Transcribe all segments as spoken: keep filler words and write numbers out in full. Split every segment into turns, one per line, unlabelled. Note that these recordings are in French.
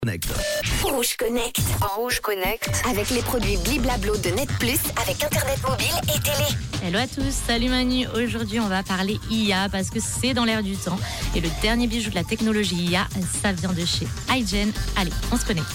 Connect.
Rouge Connect.
Rouge Connect.
Avec les produits Bliblablo de Net Plus, avec Internet mobile et télé.
Hello à tous, salut Manu. Aujourd'hui, on va parler I A parce que c'est dans l'air du temps. Et le dernier bijou de la technologie I A, ça vient de chez iGen. Allez, on se connecte.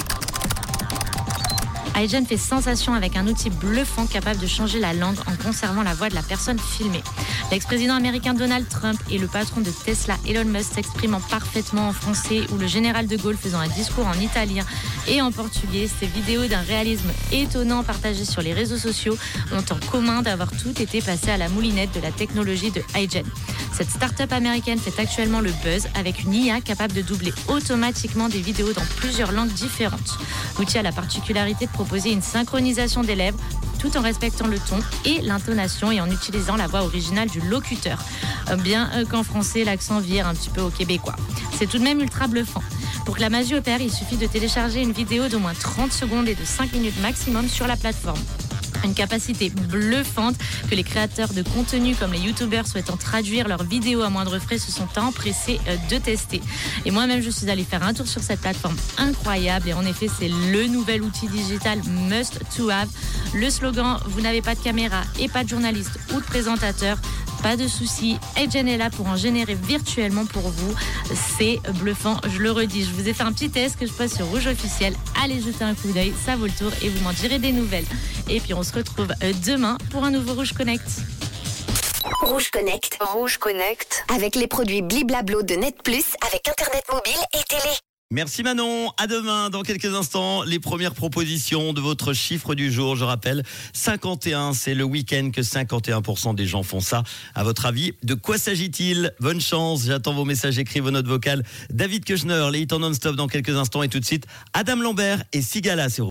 iGen fait sensation avec un outil bluffant capable de changer la langue en conservant la voix de la personne filmée. L'ex-président américain Donald Trump et le patron de Tesla Elon Musk s'exprimant parfaitement en français ou le général de Gaulle faisant un discours en italien et en portugais. Ces vidéos d'un réalisme étonnant partagées sur les réseaux sociaux ont en commun d'avoir tout été passé à la moulinette de la technologie de iGen. Cette start-up américaine fait actuellement le buzz avec une I A capable de doubler automatiquement des vidéos dans plusieurs langues différentes. L'outil a la particularité de proposer une synchronisation des lèvres tout en respectant le ton et l'intonation et en utilisant la voix originale du locuteur. Bien qu'en français, l'accent vire un petit peu au québécois. C'est tout de même ultra bluffant. Pour que la magie opère, il suffit de télécharger une vidéo d'au moins trente secondes et de cinq minutes maximum sur la plateforme. Une capacité bluffante que les créateurs de contenu comme les youtubeurs souhaitant traduire leurs vidéos à moindre frais se sont empressés de tester. Et moi-même, je suis allée faire un tour sur cette plateforme incroyable et en effet, c'est le nouvel outil digital must to have. Le slogan « Vous n'avez pas de caméra et pas de journaliste ou de présentateur ». Pas de souci, iGen est là pour en générer virtuellement pour vous. C'est bluffant, je le redis. Je vous ai fait un petit test que je poste sur Rouge Officiel. Allez jeter un coup d'œil, ça vaut le tour et vous m'en direz des nouvelles. Et puis on se retrouve demain pour un nouveau Rouge Connect.
Rouge Connect.
Rouge Connect.
Avec les produits Bliblablo de Net Plus, avec Internet mobile et télé.
Merci Manon, à demain. Dans quelques instants, les premières propositions de votre chiffre du jour. Je rappelle, cinquante et un, c'est le week-end que cinquante et un pour cent des gens font ça. À votre avis, de quoi s'agit-il? Bonne chance, j'attends vos messages écrits, vos notes vocales. David Kushner, les hits en non-stop dans quelques instants et tout de suite, Adam Lambert et Sigala sur